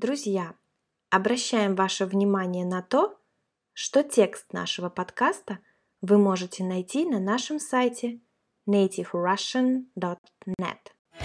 Друзья, обращаем ваше внимание на то, что текст нашего подкаста вы можете найти на нашем сайте nativerussian.net.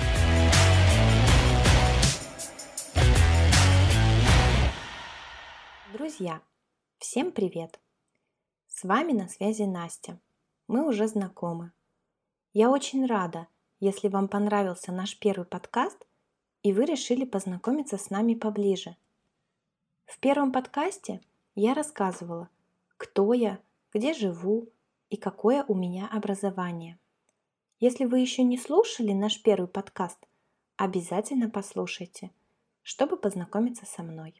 Друзья, всем привет! С вами на связи Настя. Мы уже знакомы. Я очень рада, если вам понравился наш первый подкаст и вы решили познакомиться с нами поближе. В первом подкасте я рассказывала, кто я, где живу и какое у меня образование. Если вы еще не слушали наш первый подкаст, обязательно послушайте, чтобы познакомиться со мной.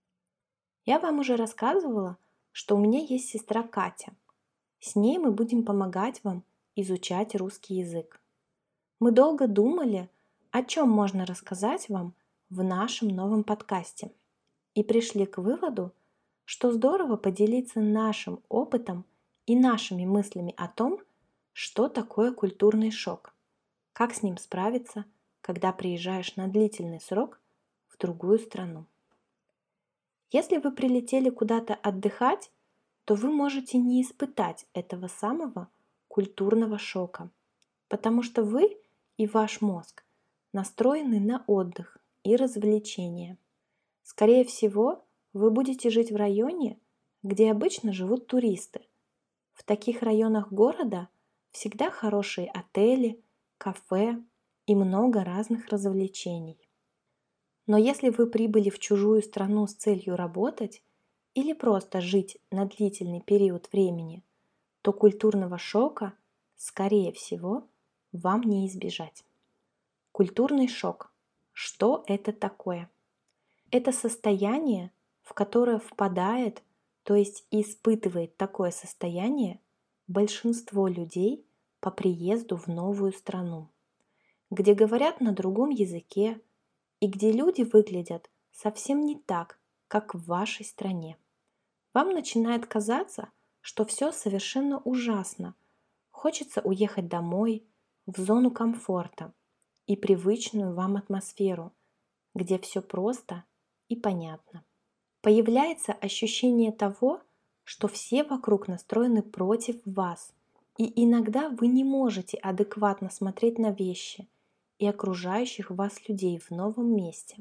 Я вам уже рассказывала, что у меня есть сестра Катя. С ней мы будем помогать вам изучать русский язык. Мы долго думали, о чем можно рассказать вам в нашем новом подкасте, и пришли к выводу, что здорово поделиться нашим опытом и нашими мыслями о том, что такое культурный шок, как с ним справиться, когда приезжаешь на длительный срок в другую страну. Если вы прилетели куда-то отдыхать, то вы можете не испытать этого самого культурного шока, потому что вы и ваш мозг настроены на отдых и развлечения. Скорее всего, вы будете жить в районе, где обычно живут туристы. В таких районах города всегда хорошие отели, кафе и много разных развлечений. Но если вы прибыли в чужую страну с целью работать или просто жить на длительный период времени, то культурного шока, скорее всего, вам не избежать. Культурный шок. Что это такое? Это состояние, в которое впадает, то есть испытывает такое состояние большинство людей по приезду в новую страну, где говорят на другом языке и где люди выглядят совсем не так, как в вашей стране. Вам начинает казаться, что все совершенно ужасно. Хочется уехать домой, в зону комфорта и привычную вам атмосферу, где все просто и понятно. Появляется ощущение того, что все вокруг настроены против вас, и иногда вы не можете адекватно смотреть на вещи и окружающих вас людей в новом месте.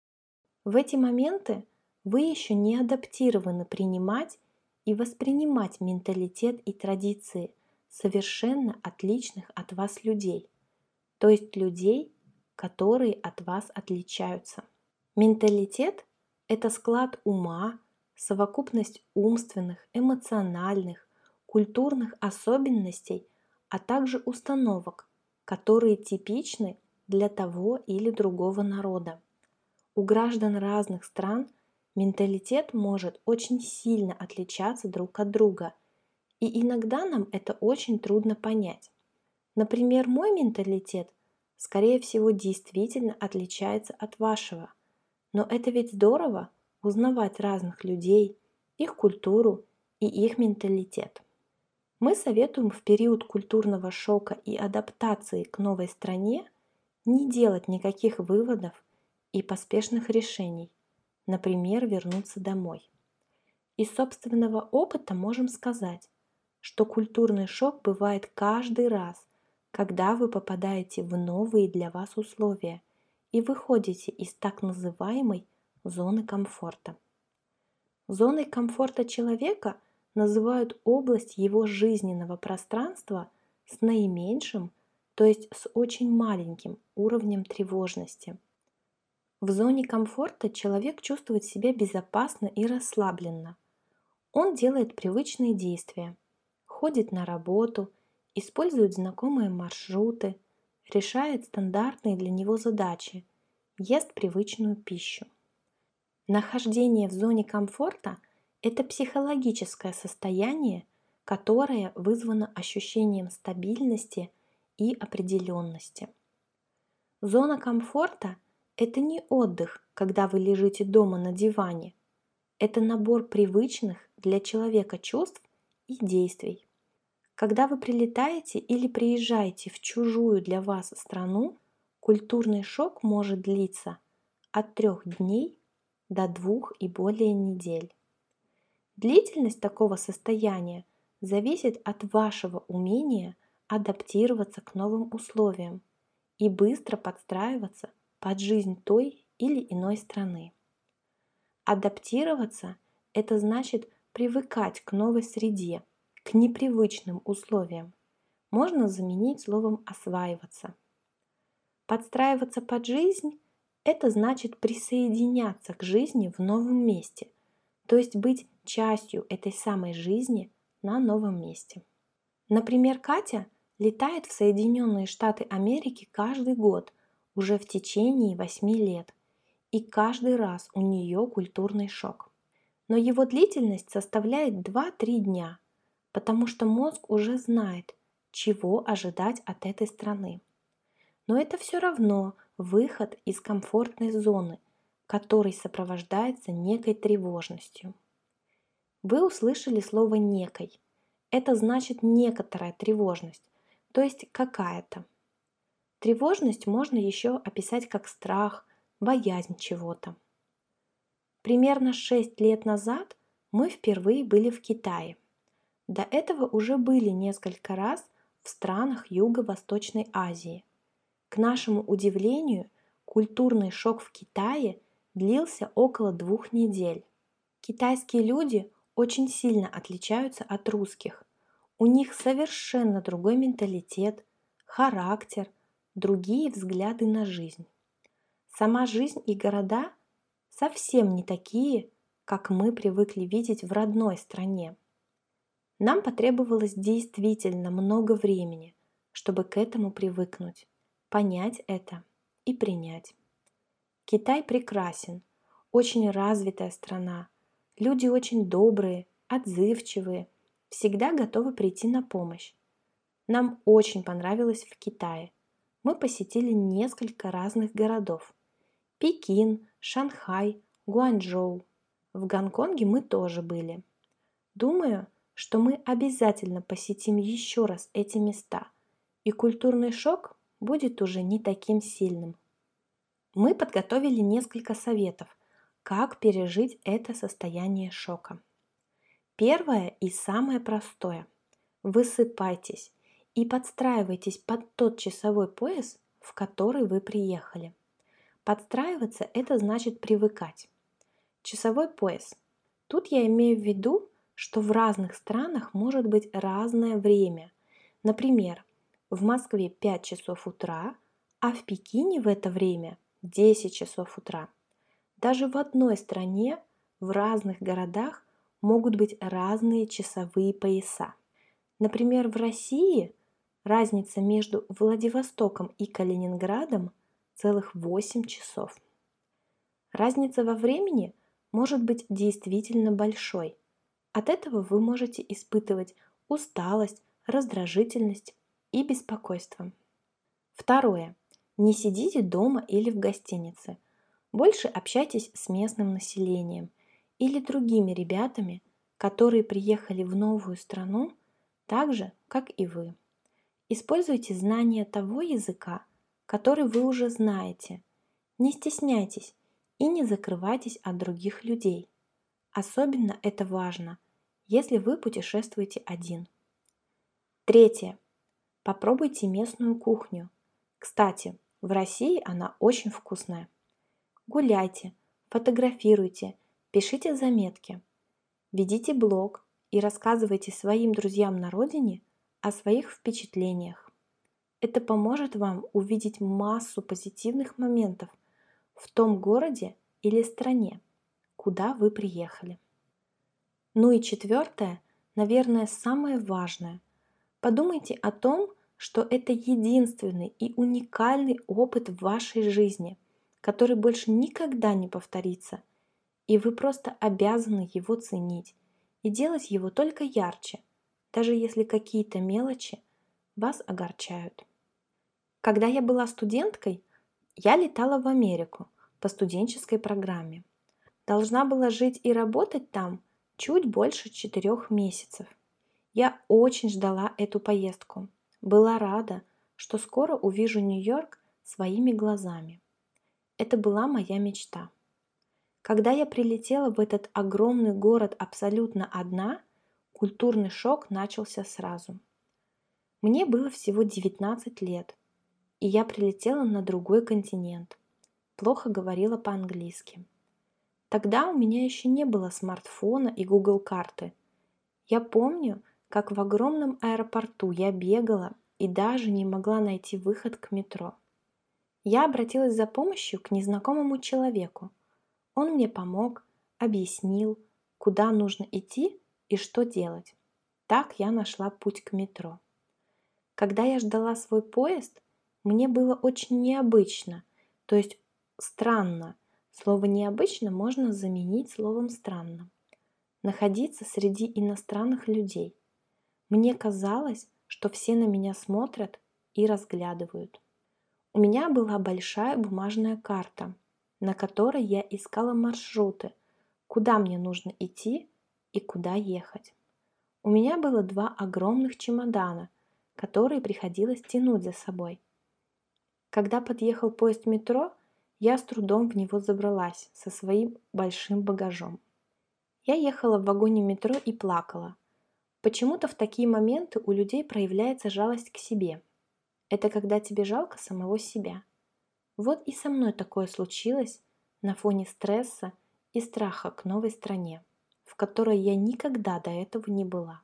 В эти моменты вы еще не адаптированы принимать и воспринимать менталитет и традиции совершенно отличных от вас людей, то есть людей, которые от вас отличаются. Менталитет – это склад ума, совокупность умственных, эмоциональных, культурных особенностей, а также установок, которые типичны для того или другого народа. У граждан разных стран менталитет может очень сильно отличаться друг от друга, и иногда нам это очень трудно понять. Например, мой менталитет, скорее всего, действительно отличается от вашего. Но это ведь здорово узнавать разных людей, их культуру и их менталитет. Мы советуем в период культурного шока и адаптации к новой стране не делать никаких выводов и поспешных решений, например, вернуться домой. Из собственного опыта можем сказать, что культурный шок бывает каждый раз, когда вы попадаете в новые для вас условия и выходите из так называемой зоны комфорта. Зоной комфорта человека называют область его жизненного пространства с наименьшим, то есть с очень маленьким уровнем тревожности. В зоне комфорта человек чувствует себя безопасно и расслабленно. Он делает привычные действия, ходит на работу, использует знакомые маршруты, решает стандартные для него задачи, ест привычную пищу. Нахождение в зоне комфорта – это психологическое состояние, которое вызвано ощущением стабильности и определенности. Зона комфорта – это не отдых, когда вы лежите дома на диване. Это набор привычных для человека чувств и действий. Когда вы прилетаете или приезжаете в чужую для вас страну, культурный шок может длиться от 3 дней до 2 и более недель. Длительность такого состояния зависит от вашего умения адаптироваться к новым условиям и быстро подстраиваться под жизнь той или иной страны. Адаптироваться — это значит привыкать к новой среде, к непривычным условиям. Можно заменить словом «осваиваться». Подстраиваться под жизнь — это значит присоединяться к жизни в новом месте, то есть быть частью этой самой жизни на новом месте. Например, Катя летает в Соединенные Штаты Америки каждый год уже в течение 8 лет, и каждый раз у нее культурный шок. Но его длительность составляет 2-3 дня, потому что мозг уже знает, чего ожидать от этой страны. Но это все равно выход из комфортной зоны, который сопровождается некой тревожностью. Вы услышали слово «некой». Это значит некоторая тревожность, то есть какая-то. Тревожность можно еще описать как страх, боязнь чего-то. Примерно 6 лет назад мы впервые были в Китае. До этого уже были несколько раз в странах Юго-Восточной Азии. К нашему удивлению, культурный шок в Китае длился около 2 недель. Китайские люди очень сильно отличаются от русских. У них совершенно другой менталитет, характер, другие взгляды на жизнь. Сама жизнь и города совсем не такие, как мы привыкли видеть в родной стране. Нам потребовалось действительно много времени, чтобы к этому привыкнуть, понять это и принять. Китай прекрасен, очень развитая страна, люди очень добрые, отзывчивые, всегда готовы прийти на помощь. Нам очень понравилось в Китае. Мы посетили несколько разных городов. Пекин, Шанхай, Гуанчжоу. В Гонконге мы тоже были. Думаю, что мы обязательно посетим еще раз эти места, и культурный шок будет уже не таким сильным. Мы подготовили несколько советов, как пережить это состояние шока. Первое и самое простое. Высыпайтесь и подстраивайтесь под тот часовой пояс, в который вы приехали. Подстраиваться — это значит привыкать. Часовой пояс. Тут я имею в виду, что в разных странах может быть разное время. Например, в Москве 5 часов утра, а в Пекине в это время 10 часов утра. Даже в одной стране, в разных городах могут быть разные часовые пояса. Например, в России разница между Владивостоком и Калининградом целых 8 часов. Разница во времени может быть действительно большой. От этого вы можете испытывать усталость, раздражительность и беспокойство. Второе. Не сидите дома или в гостинице. Больше общайтесь с местным населением или другими ребятами, которые приехали в новую страну так же, как и вы. Используйте знания того языка, который вы уже знаете. Не стесняйтесь и не закрывайтесь от других людей. Особенно это важно, если вы путешествуете один. Третье. Попробуйте местную кухню. Кстати, в России она очень вкусная. Гуляйте, фотографируйте, пишите заметки, ведите блог и рассказывайте своим друзьям на родине о своих впечатлениях. Это поможет вам увидеть массу позитивных моментов в том городе или стране, куда вы приехали. Ну и четвертое, наверное, самое важное. Подумайте о том, что это единственный и уникальный опыт в вашей жизни, который больше никогда не повторится, и вы просто обязаны его ценить и делать его только ярче, даже если какие-то мелочи вас огорчают. Когда я была студенткой, я летала в Америку по студенческой программе. Должна была жить и работать там чуть больше 4 месяцев. Я очень ждала эту поездку. Была рада, что скоро увижу Нью-Йорк своими глазами. Это была моя мечта. Когда я прилетела в этот огромный город абсолютно одна, культурный шок начался сразу. Мне было всего 19 лет, и я прилетела на другой континент. Плохо говорила по-английски. Тогда у меня еще не было смартфона и Google карты. Я помню, как в огромном аэропорту я бегала и даже не могла найти выход к метро. Я обратилась за помощью к незнакомому человеку. Он мне помог, объяснил, куда нужно идти и что делать. Так я нашла путь к метро. Когда я ждала свой поезд, мне было очень необычно, то есть странно. Слово «необычно» можно заменить словом «странно». Находиться среди иностранных людей. Мне казалось, что все на меня смотрят и разглядывают. У меня была большая бумажная карта, на которой я искала маршруты, куда мне нужно идти и куда ехать. У меня было 2 огромных чемодана, которые приходилось тянуть за собой. Когда подъехал поезд метро, я с трудом в него забралась со своим большим багажом. Я ехала в вагоне метро и плакала. Почему-то в такие моменты у людей проявляется жалость к себе. Это когда тебе жалко самого себя. Вот и со мной такое случилось на фоне стресса и страха к новой стране, в которой я никогда до этого не была.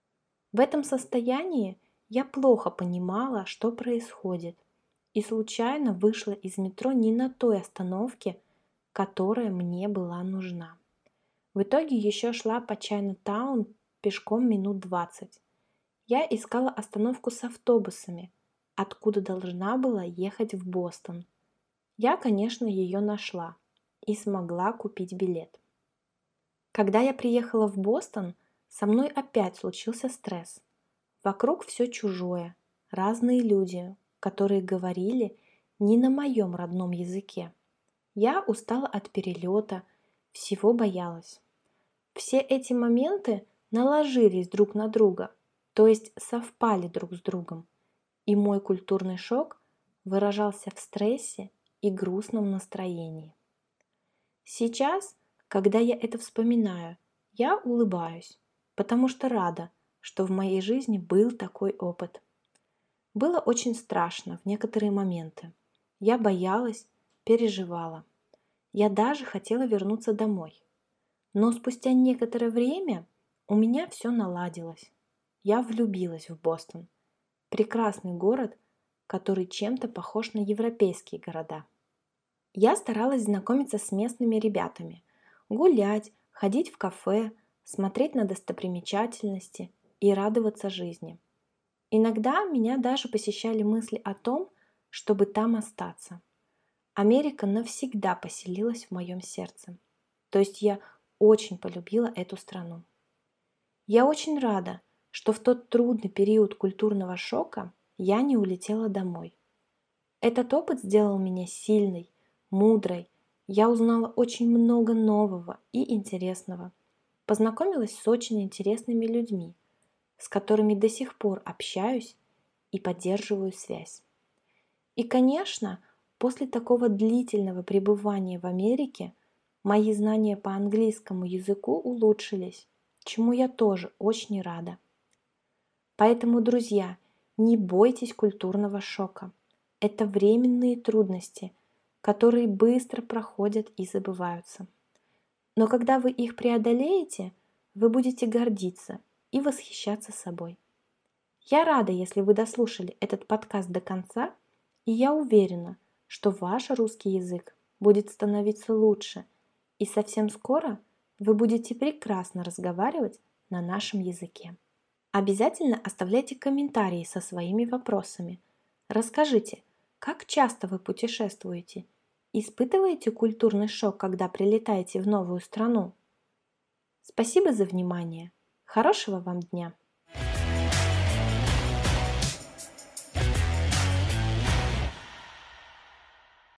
В этом состоянии я плохо понимала, что происходит, и случайно вышла из метро не на той остановке, которая мне была нужна. В итоге еще шла по Чайна-таун пешком минут 20. Я искала остановку с автобусами, откуда должна была ехать в Бостон. Я, конечно, ее нашла и смогла купить билет. Когда я приехала в Бостон, со мной опять случился стресс. Вокруг все чужое, разные люди, которые говорили не на моем родном языке. Я устала от перелета, всего боялась. Все эти моменты наложились друг на друга, то есть совпали друг с другом, и мой культурный шок выражался в стрессе и грустном настроении. Сейчас, когда я это вспоминаю, я улыбаюсь, потому что рада, что в моей жизни был такой опыт. Было очень страшно в некоторые моменты. Я боялась, переживала. Я даже хотела вернуться домой. Но спустя некоторое время у меня все наладилось. Я влюбилась в Бостон. Прекрасный город, который чем-то похож на европейские города. Я старалась знакомиться с местными ребятами, гулять, ходить в кафе, смотреть на достопримечательности и радоваться жизни. Иногда меня даже посещали мысли о том, чтобы там остаться. Америка навсегда поселилась в моем сердце. То есть я очень полюбила эту страну. Я очень рада, что в тот трудный период культурного шока я не улетела домой. Этот опыт сделал меня сильной, мудрой. Я узнала очень много нового и интересного. Познакомилась с очень интересными людьми, с которыми до сих пор общаюсь и поддерживаю связь. И, конечно, после такого длительного пребывания в Америке мои знания по английскому языку улучшились, чему я тоже очень рада. Поэтому, друзья, не бойтесь культурного шока. Это временные трудности, которые быстро проходят и забываются. Но когда вы их преодолеете, вы будете гордиться и восхищаться собой. Я рада, если вы дослушали этот подкаст до конца, и я уверена, что ваш русский язык будет становиться лучше, и совсем скоро вы будете прекрасно разговаривать на нашем языке. Обязательно оставляйте комментарии со своими вопросами. Расскажите, как часто вы путешествуете? Испытываете культурный шок, когда прилетаете в новую страну? Спасибо за внимание. Хорошего вам дня!